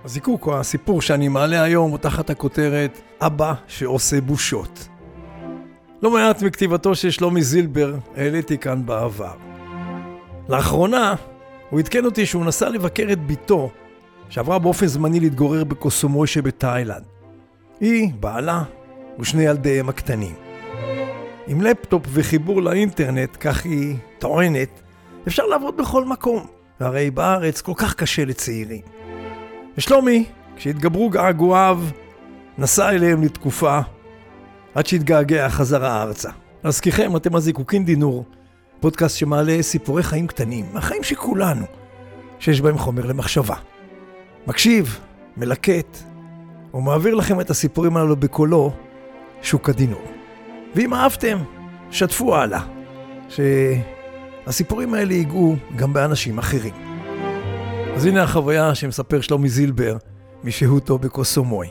הזיקוק או הסיפור שאני מעלה היום הוא תחת הכותרת אבא שעושה בושות. לא מעט מכתיבתו של שלומי זילבר העליתי כאן בעבר. לאחרונה הוא עדכן אותי שהוא נסע לבקר את ביתו שעברה באופן זמני להתגורר בקוסומוי שבתאילנד. היא, בעלה ושני ילדיהם הקטנים. עם לפטופ וחיבור לאינטרנט, כך היא טוענת, אפשר לעבוד בכל מקום, והרי בארץ כל כך קשה לצעירים. ושלומי, כשהתגברו געגועיו, נסע אליהם לתקופה, עד שהתגעגע חזרה ארצה. להזכירכם, אתם הזיקוקין דינור, פודקאסט שמעלה סיפורי חיים קטנים, החיים שכולנו, שיש בהם חומר למחשבה. מקשיב, מלקט, ומעביר לכם את הסיפורים הללו בקולו, שוק הדינור. ואם אהבתם, שתפו הלאה, שהסיפורים האלה ייגעו גם באנשים אחרים. אז הנה החוויה שמספר שלומי זילבר משהותו בקוסומוי.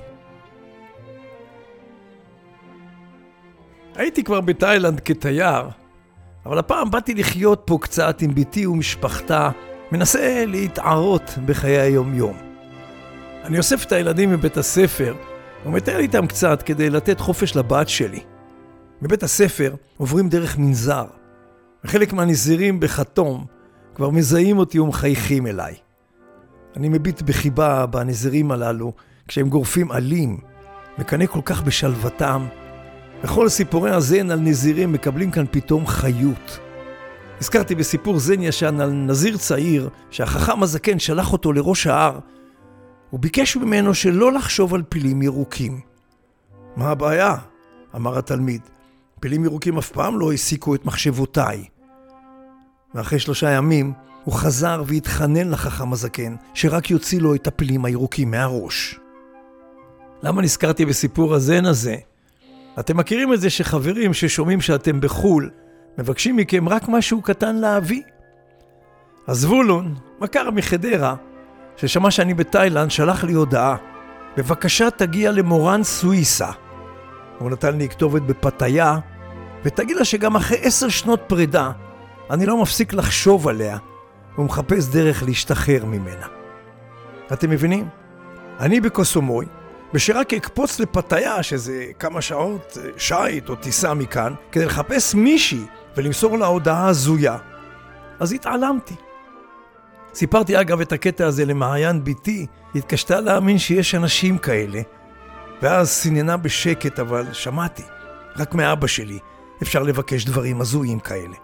הייתי כבר בתאילנד כתייר, אבל הפעם באתי לחיות פה קצת עם ביתי ומשפחתה, מנסה להתערות בחיי היום-יום. אני אוסף את הילדים מבית הספר ומתאר איתם קצת כדי לתת חופש לבת שלי. מבית הספר עוברים דרך מנזר, וחלק מהנזירים בחתום כבר מזהים אותי ומחייכים אליי. אני מביט בחיבה בנזירים הללו כשהם גורפים עלים, מקנה כל כך בשלוותם, וכל סיפורי הזן על נזירים מקבלים כאן פתאום חיות. הזכרתי בסיפור זן ישן על נזיר צעיר שהחכם הזקן שלח אותו לראש ההר, וביקש ממנו שלא לחשוב על פילים ירוקים. מה הבעיה? אמר התלמיד. פילים ירוקים אף פעם לא העסיקו את מחשבותיי. ואחרי 3 ימים הוא חזר והתחנן לחכם הזקן שרק יוציא לו את הפילים הירוקים מהראש. למה נזכרתי בסיפור הזן הזה? אתם מכירים את זה שחברים ששומעים שאתם בחול מבקשים מכם רק משהו קטן להביא? אז זבולון, מכר מחדרה, ששמע שאני בתאילנד, שלח לי הודעה. בבקשה תגיע למורן סוויסה. הוא נתן לי כתובת בפתיה, ותגיד לה שגם אחרי 10 שנות פרידה, אני לא מפסיק לחשוב עליה, ומחפש דרך להשתחרר ממנה. אתם מבינים? אני בקוסומוי, ושרק אקפוץ לפתיה, שזה כמה שעות, שייט או טיסה מכאן, כדי לחפש מישהי ולמסור לה הודעה הזויה. אז התעלמתי. סיפרתי אגב את הקטע הזה למעיין ביתי, התקשתה להאמין שיש אנשים כאלה, ואז סיננה בשקט, אבל שמעתי, רק מאבא שלי אפשר לבקש דברים הזויים כאלה.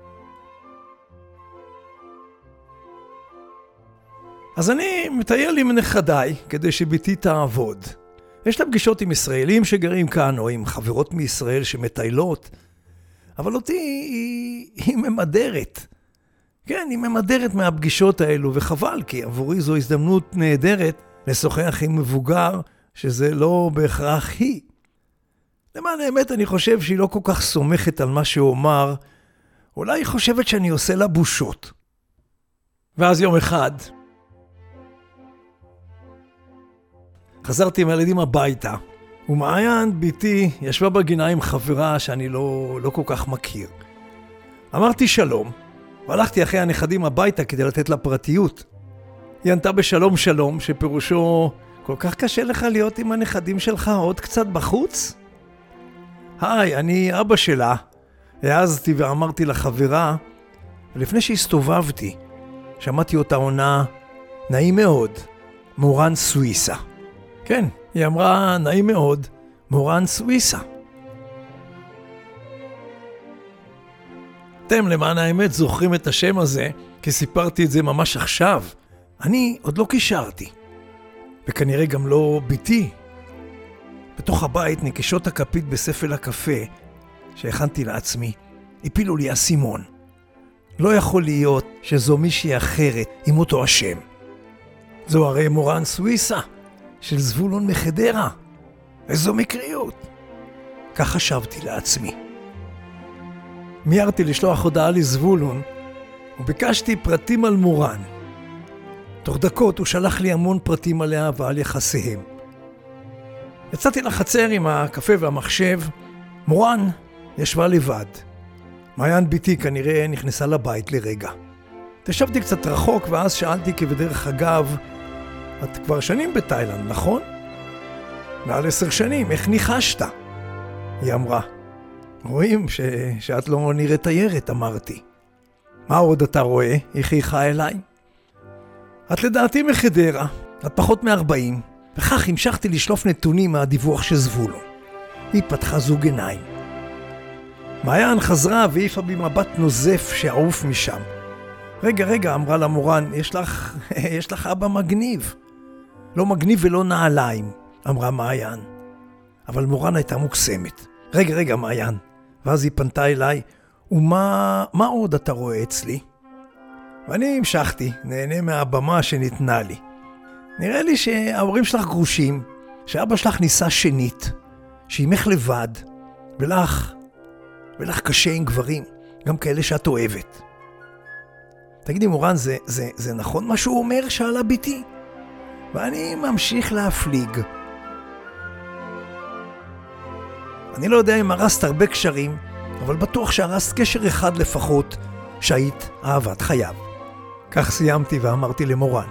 אז אני מטייל עם נכדיי כדי שביתי תעבוד. יש לה פגישות עם ישראלים שגרים כאן, או עם חברות מישראל שמטיילות, אבל אותי היא ממדרת. כן, היא ממדרת מהפגישות האלו, וחבל, כי עבורי זו הזדמנות נהדרת לשוחח עם מבוגר, שזה לא בהכרח היא. למען האמת, אני חושב שהיא לא כל כך סומכת על מה שהוא אומר, אולי היא חושבת שאני עושה לה בושות. ואז יום אחד, חזרתי עם הילדים הביתה, ומעיין ביתי ישבה בגינה עם חברה שאני לא כל כך מכיר. אמרתי שלום, והלכתי אחרי הנכדים הביתה כדי לתת לה פרטיות. היא ענתה בשלום שלום, שפירושו, כל כך קשה לך להיות עם הנכדים שלך עוד קצת בחוץ? היי, אני אבא שלה. העזתי ואמרתי לחברה, ולפני שהסתובבתי, שמעתי אותה עונה, נעים מאוד, מורן סוויסה. כן, היא אמרה, נעים מאוד, מורן סוויסה. אתם למען האמת זוכרים את השם הזה, כי סיפרתי את זה ממש עכשיו. אני עוד לא קישרתי. וכנראה גם לא ביתי. בתוך הבית נקישות הכפית בספל הקפה שהכנתי לעצמי, הפילו לי אסימון. לא יכול להיות שזו מישהי אחרת עם אותו השם. זו הרי מורן סוויסה של זבולון מחדרה. איזו מקריות. כך חשבתי לעצמי. מיירתי לשלוח הודעה לזבולון, וביקשתי פרטים על מורן. תוך דקות הוא שלח לי המון פרטים עליה ועל יחסיהם. יצאתי לחצר עם הקפה והמחשב, מורן ישבה לבד. מעיין ביתי כנראה נכנסה לבית לרגע. תשבתי קצת רחוק ואז שאלתי כבדרך אגב, את כבר שנים בתאילנד, נכון? מעל 10 שנים, איך ניחשת? היא אמרה, רואים שאת לא נראית תיירת, אמרתי. מה עוד אתה רואה? היא חייכה אליי. את לדעתי מחדרה, את פחות מ-40, וכך המשכתי לשלוף נתונים מהדיווח של זבולון. היא פתחה זוג עיניים. מעיין חזרה והעיפה במבט נוזף שעוף משם. רגע, אמרה לה מורן, יש לך אבא מגניב. לא מגניב ולא נעליים, אמרה מעיין. אבל מורן הייתה מוקסמת. רגע, מעיין. ואז היא פנתה אליי, ומה עוד אתה רואה אצלי? ואני המשכתי, נהנה מהבמה שניתנה לי. נראה לי שההורים שלך גרושים, שאבא שלך ניסה שנית, שאימך לבד, ולך קשה עם גברים, גם כאלה שאת אוהבת. תגידי מורן, זה נכון מה שהוא אומר? שאלה ביתי. ואני ממשיך להפליג. אני לא יודע אם הרסת הרבה קשרים, אבל בטוח שהרסת קשר אחד לפחות, שהיית אהבת חייו. כך סיימתי ואמרתי למורן.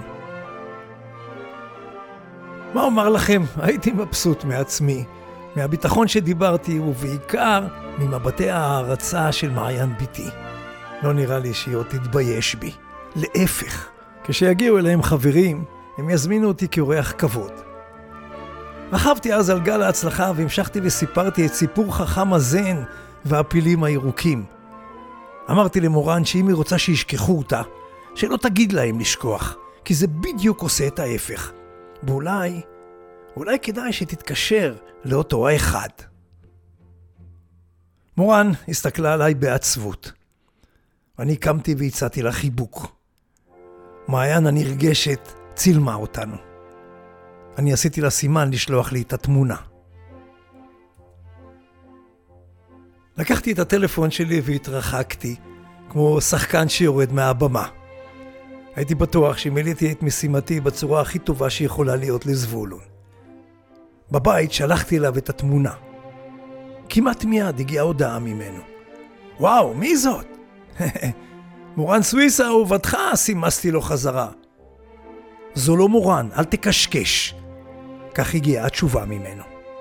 מה אומר לכם? הייתי מבסוט מעצמי, מהביטחון שדיברתי, ובעיקר ממבטי ההערצה של מעיין ביתי. לא נראה לי שהיא עוד תתבייש בי. להפך, כשיגיעו אליהם חברים, הם יזמינו אותי כאורח כבוד. רכבתי אז על גל ההצלחה והמשכתי וסיפרתי את סיפור חכם הזן והפילים הירוקים. אמרתי למורן שאם היא רוצה שישכחו אותה, שלא תגיד להם לשכוח, כי זה בדיוק עושה את ההפך. ואולי כדאי שתתקשר לאותו האחד. מורן הסתכלה עליי בעצבות. אני קמתי והצעתי לה חיבוק. מעיין הנרגשת צילמה אותנו. אני עשיתי לה סימן לשלוח לי את התמונה. לקחתי את הטלפון שלי והתרחקתי, כמו שחקן שיורד מהבמה. הייתי בטוח שמילאתי את משימתי בצורה הכי טובה שיכולה להיות לזבולון. בבית שלחתי אליו את התמונה. כמעט מיד הגיעה הודעה ממנו. וואו, מי זאת? מורן סוויסה אהובתך, סימסתי לו חזרה. זו לא מורן, אל תקשקש. כך הגיעה התשובה ממנו.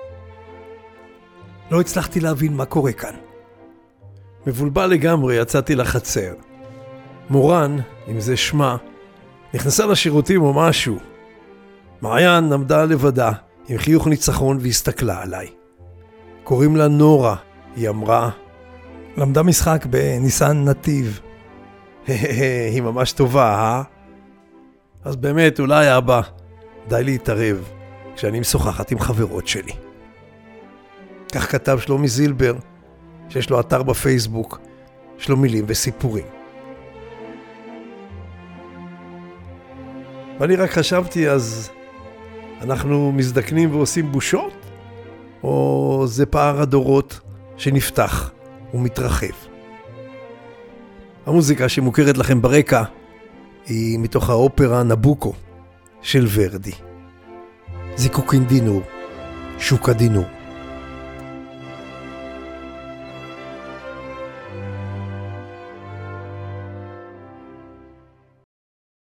לא הצלחתי להבין מה קורה כאן. מבולבל לגמרי יצאתי לחצר. מורן, אם זה שמה, נכנסה לשירותים או משהו. מעיין עמדה לבדה עם חיוך ניצחון והסתכלה עליי. קוראים לה נורה, היא אמרה. למדה משחק בניסן נתיב. היא ממש טובה, אז באמת אולי אבא, די להתערב כשאני משוחחת עם חברות שלי. כך כתב שלומי זילבר, שיש לו אתר בפייסבוק, יש לו מילים וסיפורים. ואני רק חשבתי, אז אנחנו מזדקנים ועושים בושות? או זה פער הדורות שנפתח ומתרחב? המוזיקה שמוכרת לכם ברקע היא מתוך האופרה נבוקו של ורדי. זיקוקין דינור, שוקה דינור.